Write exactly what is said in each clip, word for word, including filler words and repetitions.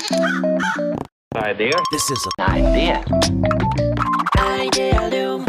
Idea. This is an idea. Idea.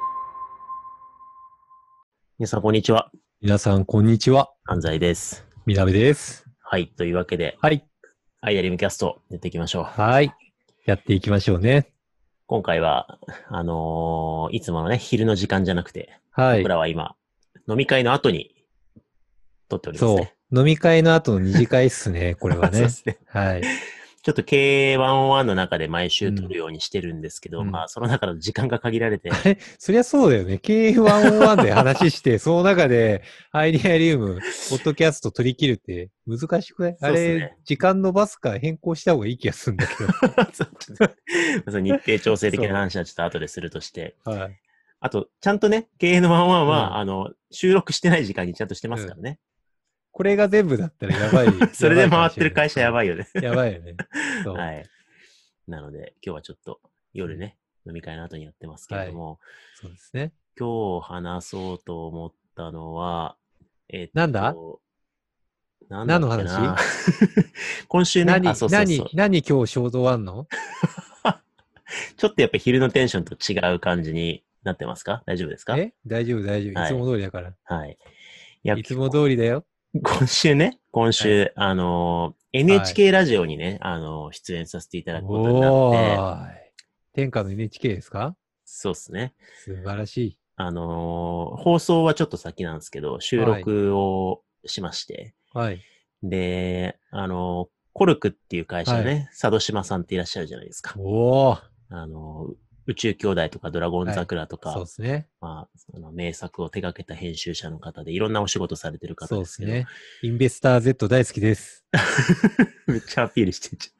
皆さん、こんにちは。 皆さん、こんにちは。 安西です。 みなべです。 はい。というわけで、 はい。 アイデアリムキャストやっていきましょう。 はい。やっていきましょうね。 今回は、あのー、いつものね、昼の時間じゃなくて、 はい。 僕らは今、飲み会の後に撮っておりますね。 そう。飲み会の後の二次会っすね、これはね。 そうですね。 はい。 ちょっと ケーワンオーワン の中で毎週撮るようにしてるんですけど、 うん、 まあ、その中の時間が限られて。 あれそりゃそうだよね。ケーワンオーワン で話して、その中でアイデアリウム、ポッドキャスト取り切るって難しくない？あれ、ね、時間伸ばすか変更した方がいい気がするんだけど。 そう日程調整的な話はちょっと後でするとして。 はい。 あと、ちゃんとね、ケーエヌワンワン は、うん、あの、収録してない時間にちゃんとしてますからね。うん、 これが全部だったらやばい。 それで回ってる会社やばいよね。 やばいよね。そう。 はい。なので、今日はちょっと夜ね、うん、飲み会の後にやってますけれども、はい、 そうですね。 今日話そうと思ったのは、えっと、 なんだなんだっけな何の話今週ね、 何、 あ、そうそうそう何、何今日衝動あんのちょっとやっぱ昼のテンションと違う感じになってますか？大丈夫ですか？ え大丈夫、大丈夫。いつも通りだから。 はい。 い, いつも通りだよ。 今週ね、今週、はい、あの、エヌエイチケー ラジオにね、あの、出演させていただくことになって。 天下の エヌエイチケー ですか？ そうですね。 素晴らしい。 あの、放送はちょっと先なんですけど、収録をしまして。 はい。 で、あの、コルクっていう会社ね、はい、佐渡島さんっていらっしゃるじゃないですか。 おー。 あの、宇宙兄弟とかドラゴン桜とか、はい、 そうですね。 まあ、その名作を手掛けた編集者の方でいろんなお仕事されてる方ですけど。 そうですね。インベスター Z 大好きです。 めっちゃアピールしてんじ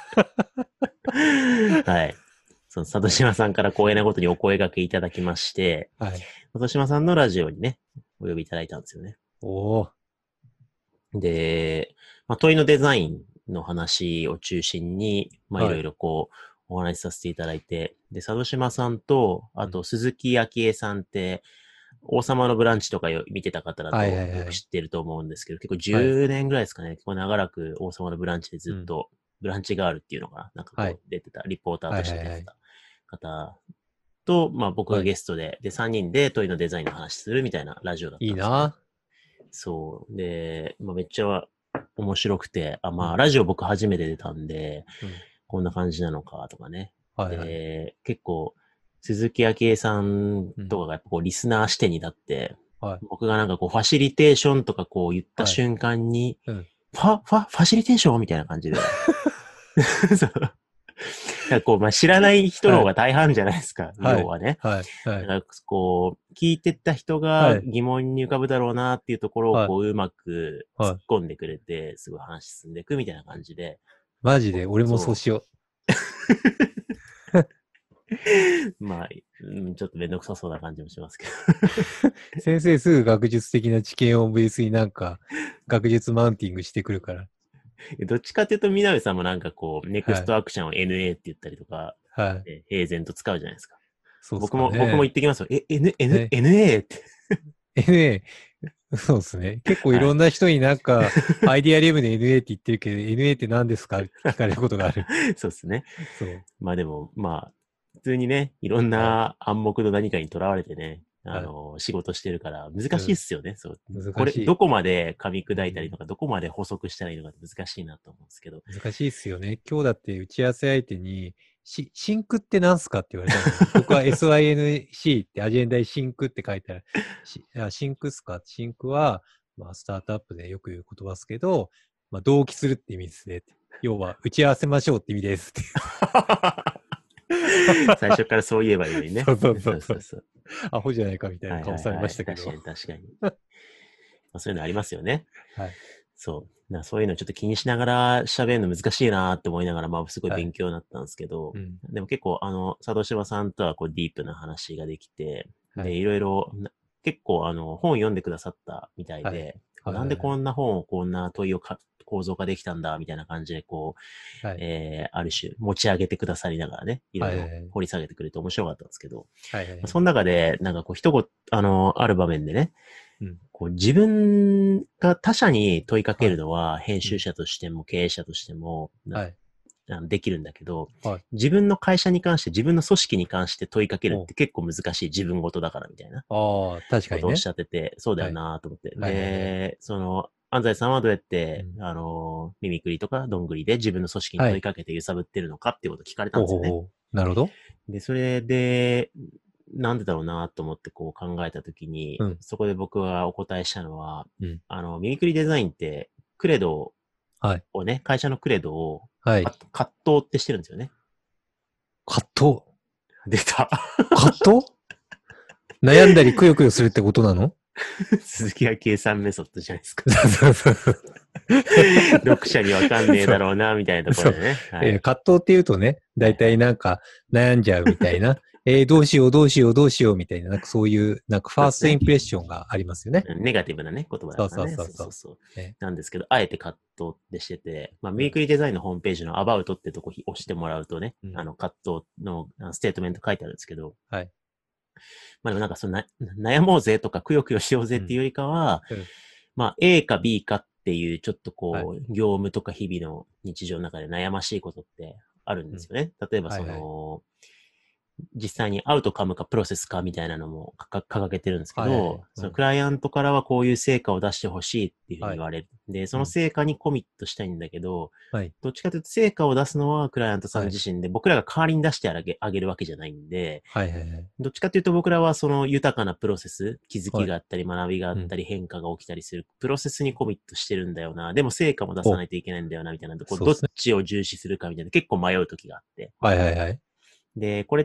ゃん。はい。その佐渡島さんから光栄なことにお声掛けいただきまして、 はい。 佐渡島さんのラジオにね、お呼びいただいたんですよね。 おー。 で、まあ、問いのデザインの話を中心に、まあ、いろいろこう、はい、お話しさせていただいて、で、佐渡島さんと、あと、鈴木昭恵さんって、王様のブランチとか見てた方だとよく知ってると思うんですけど、結構じゅうねんぐらいですかね、結構長らく王様のブランチでずっと、ブランチガールっていうのかな、なんかこう出てた、リポーターとして出てた方と、まあ僕がゲストで、で、さんにんで問いのデザインの話するみたいなラジオだったんですよ、ね。いいな。そう。で、まあ、めっちゃ面白くて、あ、まあ、ラジオ僕初めて出たんで、うん、こんな感じなのかとかね。はいはい、で、結構、鈴木昭恵さんとかがやっぱこう、リスナー視点に立って、うんはい、僕がなんかこう、ファシリテーションとかこう言った瞬間に、はいうん、ファ、ファ、ファシリテーションみたいな感じで。そうこうまあ、知らない人の方が大半じゃないですか、はい、要はね。はいはい、なんかこう聞いてった人が疑問に浮かぶだろうなっていうところをこう、はい、うまく突っ込んでくれて、すごい話進んでいくみたいな感じで。 マジで俺もそうしよう。まあ、ちょっとめんどくさそうな感じもしますけど。先生すぐ学術的な知見をベースになんか学術マウンティングしてくるから。 どっちかっていうと、みなべさんもなんかこう、ネクストアクションを エヌエー って言ったりとか、はい。平然と使うじゃないですか。そうですね。僕も、僕も言ってきますよ。え、N、N、エヌエー って。 エヌエー、そうですね。結構いろんな人になんか、はい、アイディアリブで エヌエー って言ってるけど、エヌエー って何ですかって聞かれることがある。 そうですね。そう。まあでも、まあ、普通にね、いろんな暗黙の何かにとらわれてね、あの、はい、仕事してるから難しいっすよね。うん、そう。難しい。これ、どこまで噛み砕いたりとか、うん、どこまで補足したらいいのかって難しいなと思うんですけど。 難しいっすよね。今日だって打ち合わせ相手に、し、シンクって何すかって言われたの。僕は エスワイエヌシー ってアジェンダにシンクって書いてある。しあシンクっすか？シンクは、まあ、スタートアップでよく言う言葉ですけど、まあ、同期するって意味ですね。要は、打ち合わせましょうって意味ですって。 最初からそう言えばいいのにね。 そうそうそうそうそう。アホじゃないかみたいな顔されましたけど。 はいはいはい、確かに確かに。まあ、そういうのありますよね。はい。そう。なそういうのちょっと気にしながら喋るの難しいなって思いながら、まあすごい勉強になったんですけど、はいうん、でも結構あの、佐渡島さんとはこうディープな話ができて、はい、で、いろいろ、結構あの、本読んでくださったみたいで、はいはい、なんでこんな本をこんな問いをか構造化できたんだみたいな感じでこう、はい、えー、ある種持ち上げてくださりながらね、いろいろ掘り下げてくれて面白かったんですけど、はいはいはい、その中でなんかこう一言、あの、ある場面でね、うん、こう自分が他者に問いかけるのは編集者としても経営者としても、はい、 あのできるんだけど、 はい。 自分の会社に関して、自分の組織に関して問いかけるって結構難しい自分事だからみたいなああ、確かにね。 ことをおっしゃってて、そうだよなと思って。 はいはいはいはいで、その、安西さんはどうやって、 うんあの、ミミクリとかどんぐりで自分の組織にはい問いかけて揺さぶってるのかっていうことを聞かれたんですよね。 ほうほうほう。なるほど。 で、それで、なんでだろうなと思ってこう考えたときに、 うんそこで僕はお答えしたのは、 うんあの、ミミクリデザインって、クレドはい。 をね、会社のクレドを、 はい。 か葛藤ってしてるんですよね。 葛藤出た。 葛藤悩んだりくよくよするってことなの鈴木明恵さんメソッドじゃないですか。 そうそうそう。 読者にわかんねえだろうな、みたいなところでね。はいえー葛藤って言うとね、だいたいなんか悩んじゃうみたいな、えーどうしようどうしようどうしようみたいな、なんかそういう、なんかファーストインプレッションがありますよね。 ネガティブなね、言葉だからね。 そうそうそうそうそうねなんですけど、あえて葛藤でしてて、まあ、ミミクリデザインのホームページのアバウトってとこ押してもらうとね、 うんあの、葛藤のあのステートメント書いてあるんですけど、 はい。 まあでもなんかそのな悩もうぜとかくよくよしようぜっていうよりかは、 うんうんまあ A か B かっていうちょっとこう、 は業務とか日々の日常の中で悩ましいことってあるんですよね。例えばその、 はいは実際にアウトカムかプロセスかみたいなのもかか掲げてるんですけど、 はいはいうんそのクライアントからはこういう成果を出してほしいっていうふうに言われる。で、その成果にコミットしたいんだけど、 はい。 どっちかというと成果を出すのはクライアントさんはい自身で、僕らが代わりに出してあげあげるわけじゃないんで、 はいはいはい。 どっちかというと僕らはその豊かなプロセス、気づはいきがあったり学びがあったり変化が起きたりするプロセスにコミットしてるんだよな。でも成果も出さないといけないんだよな、みたいな。こうどっそうっすねちを重視するかみたいな結構迷う時があって。 はいはいはい。 で、これって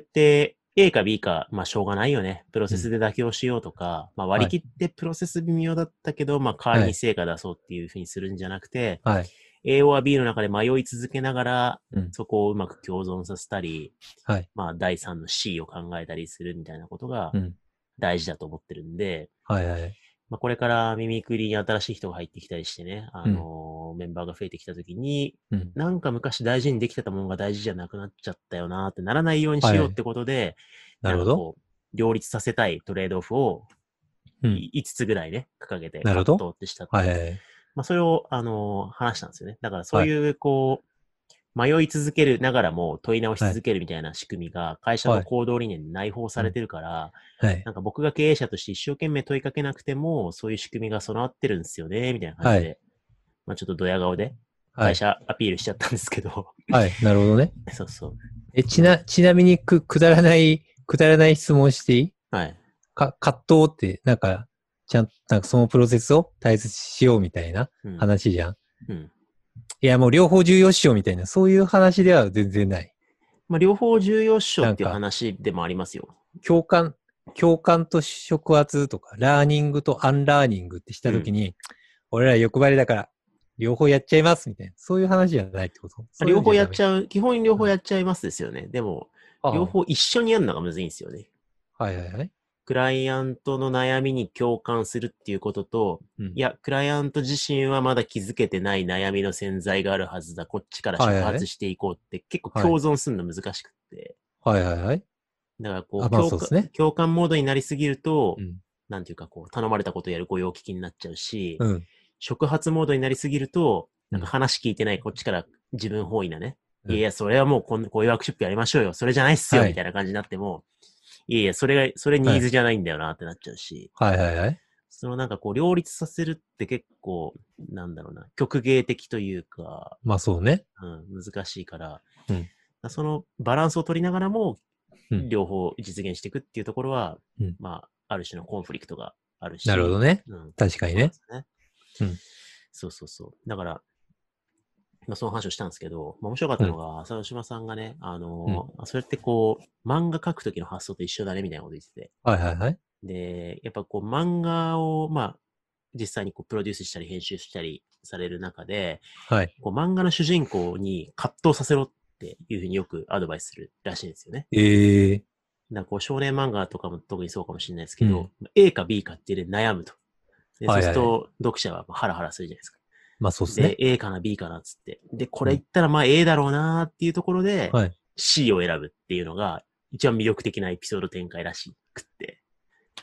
A か B か、まあしょうがないよね。プロセスで妥協しようとか、まあ割り切ってプロセス微妙だったけど、まあ代わりに成果出そうっていうふうにするんじゃなくて、 はい。 A は B の中で迷い続けながら、 うんそこをうまく共存させたり、 はい。 まあ第三の C を考えたりするみたいなことがうん。 大事だと思ってるんで、 はいはい。 まあ、これからミミクリに新しい人が入ってきたりしてね、あのーメンバーが増えてきたときに、 うん。 なんか昔大事にできてたものが大事じゃなくなっちゃったよなってならないようにしようってことで、 なるほど。 んかこう、両立させたいトレードオフをうん。 いいつつぐらいね、掲げて、 なるほど葛藤ってしたって、 はいはいはい。 まあ、それを、あのー話したんですよね。だからそういう、こう、迷い続けるながらも問い直し続けるみたいな仕組みが会社の行動理念に内包されてるから、 はい。 なんか僕が経営者として一生懸命問いかけなくても、そういう仕組みが備わってるんですよね、みたいな感じで。 はいまあちょっとドヤ顔ではい。 会社アピールしちゃったんですけど。 はい。なるほどね。 そうそう。 え、ちな、ちなみにく、くだらない、くだらない質問していいはい。 か、葛藤って、なんか、ちゃん、なんかそのプロセスを大切にしようみたいなうん。 話じゃん。 うん。 いや、もう両方重要しようみたいな、そういう話では全然ない。 まあ両方重要っしょっていうなんか話でもありますよ。 共感、共感と触発とか、ラーニングとアンラーニングってしたときに、俺ら欲張りだから、両方やっちゃいますみたいな、そういう話じゃないってこと両方やっちゃゃう、基本両方やっちゃいますですよね。でも、 う両方一緒にやるのがむずいんですよね。 はいはいはい。 クライアントの悩みに共感するっていうことと、 うんいや、クライアント自身はまだ気づけてない悩みの潜在があるはずだ。こっちから触発していこうって結構共存するの難しくって。 はいはいはい。 だからこう、 あまあ共感そうですね共感モードになりすぎると、 うん。 なんていうかこう、頼まれたことやるご用聞きになっちゃうし、 うん。 触発モードになりすぎると、 うんなんか話聞いてないこっちから自分本位なね。 うんいやいや、それはもうこんこういうワークショップやりましょうよ。それじゃないっすよ。 はいみたいな感じになっても、いやいや、それが、それニーズじゃないんだよなってなっちゃうし。 はいはいはい。 そのなんかこう両立させるって結構、なんだろうな、曲芸的というか、 まあそうね。 うん、難しいから、 うんそのバランスを取りながらも、 うん両方実現していくっていうところは、 うんまあ、ある種のコンフリクトがあるし。 なるほどね。 うん、 確かにね。 そうなんですねうんそうそうそう。だから、まあ、その話をしたんですけど、まあ、面白かったのが、浅野島さんがね、あのーそれってこう、漫画描くときの発想と一緒だねみたいなこと言ってて。 はいはいはい。 で、やっぱこう漫画を、まあ、実際にこうプロデュースしたり編集したりされる中で、 はい。 こう漫画の主人公に葛藤させろっていうふうによくアドバイスするらしいんですよね。 ええだからこう少年漫画とかも特にそうかもしれないですけど、A か B かっていうで悩むと。でそうすると読者はハラハラするじゃないですか。 まあそうですでね。、 A かな B かなっつって。で、これ言ったらまあ A だろうなーっていうところで、 はい。 C を選ぶっていうのが一番魅力的なエピソード展開らしくって。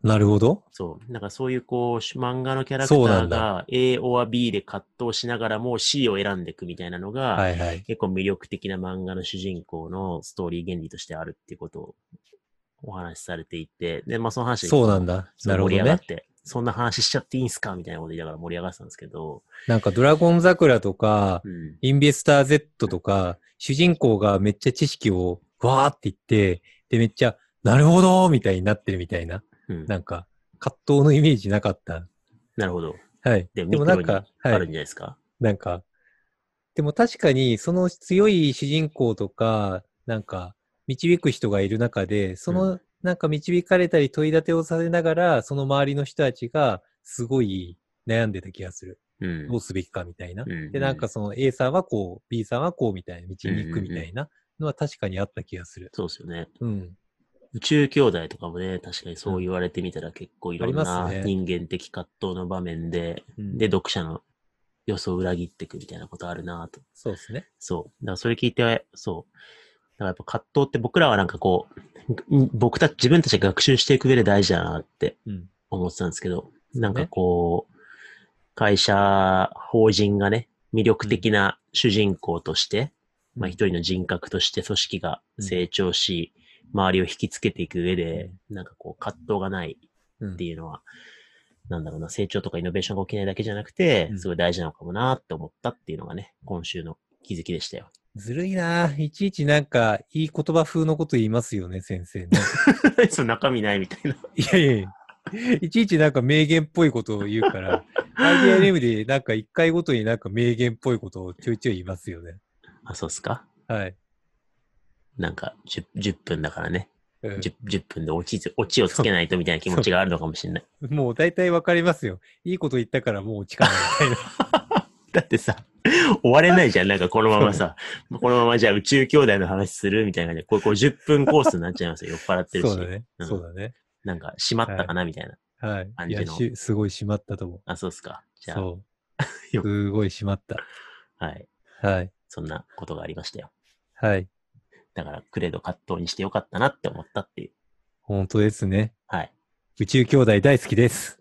なるほど。 そう。なんかそういうこう、漫画のキャラクタそうなんだーが A or B で葛藤しながらも C を選んでいくみたいなのが、 はいはい。 結構魅力的な漫画の主人公のストーリー原理としてあるっていうことをお話しされていて、で、まあその話でそうなんだ。 そう盛なるほどね。 り上がって、そんな話しちゃっていいんすかみたいなこと言いながら盛り上がってたんですけど、 なんかドラゴン桜とか、 うん。 インベスター Z とか、主人公がめっちゃ知識をわーって言って、で、めっちゃ、なるほどみたいになってるみたいな。 うん。 なんか、葛藤のイメージなかった。 なるほど。 はい。 で、 でミクロにもなんか、 あるんじゃはい。 ないですか。 なんか、でも確かに、その強い主人公とか、なんか、導く人がいる中で、その、なんか導かれたり問い立てをされながら、その周りの人たちが、すごい悩んでた気がする。 うん。 どうすべきかみたいな。 うんで、なんかその A さんはこう、B さんはこうみたいな道に行くみたいなのは確かにあった気がする。 そうですよね。 うん。 宇宙兄弟とかもね、確かにそう言われてみたら結構いろんありまなすね人間的葛藤の場面で、 うんで、読者の予想を裏切っていくみたいなことあるなと。 そうですね。 そう。だからそれ聞いて、そう。だからやっぱ葛藤って僕らはなんかこう、僕たち、自分たちが学習していく上で大事だなってうん。 思ってたんですけど、 ねなんかこう、会社、法人がね、魅力的な主人公として、 うんまあ一人の人格として組織が成長し、周りを引きつけていく上で、なんかこう葛藤がないうんっていうのは、なんだろうな、成長とかイノベーションが起きないだけじゃなくてう、んすごい大事なのかもなって思ったっていうのがね、今週の気づきでしたよ。 ずるいなぁ。いちいちなんか、いい言葉風のこと言いますよね、先生ね。 そう、中身ないみたいな。 いやいやいや。いちいちなんか名言っぽいことを言うから、アイディアネームでなんか一回ごとになんか名言っぽいことをちょいちょい言いますよね。 あ、そうっすか？ はい。 なんか10、じゅっぷんだからね。 うん 10, じゅっぷんでオチ、オチをつけないとみたいな気持ちがあるのかもしれない。 もう大体わかりますよ。いいこと言ったからもう落ちかないみたいな。 だってさ、終われないじゃん。なんかこのままさ、このままじゃあ宇宙兄弟の話するみたいな感じで、これこうじゅっぷんコースになっちゃいますよ。酔っ払ってるし。 そうだね。 んそうだね。 なんか、閉まったかなみたいなはい。 感じのいやし、すごい締まったと思う。 あ、そうっすか。じゃあ、 そう。 よすごい締まった。 はい。 はい。 そんなことがありましたよ。 はい。 だから、クレド葛藤にしてよかったなって思ったっていう。 本当ですね。 はい。 宇宙兄弟大好きです。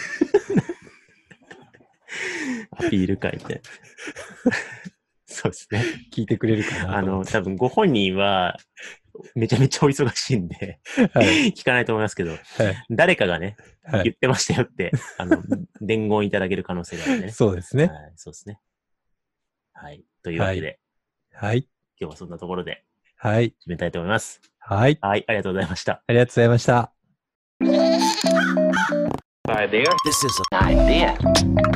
アピール会って。そうですね。 聞いてくれるかなあの、 と思って。 多分ご本人は、めちゃめちゃお忙しいんで、 はい。 聞かないと思いますけど、 はい。 誰かがね、 はい。 言ってましたよって、あの、伝言いただける可能性があるんでね。 そうですね。 はい、そうですね。はい。というわけで、 はい。 今日はそんなところではい。 締めたいと思います。 はい。 はい、ありがとうございました。 ありがとうございました。 Idea. This is an idea.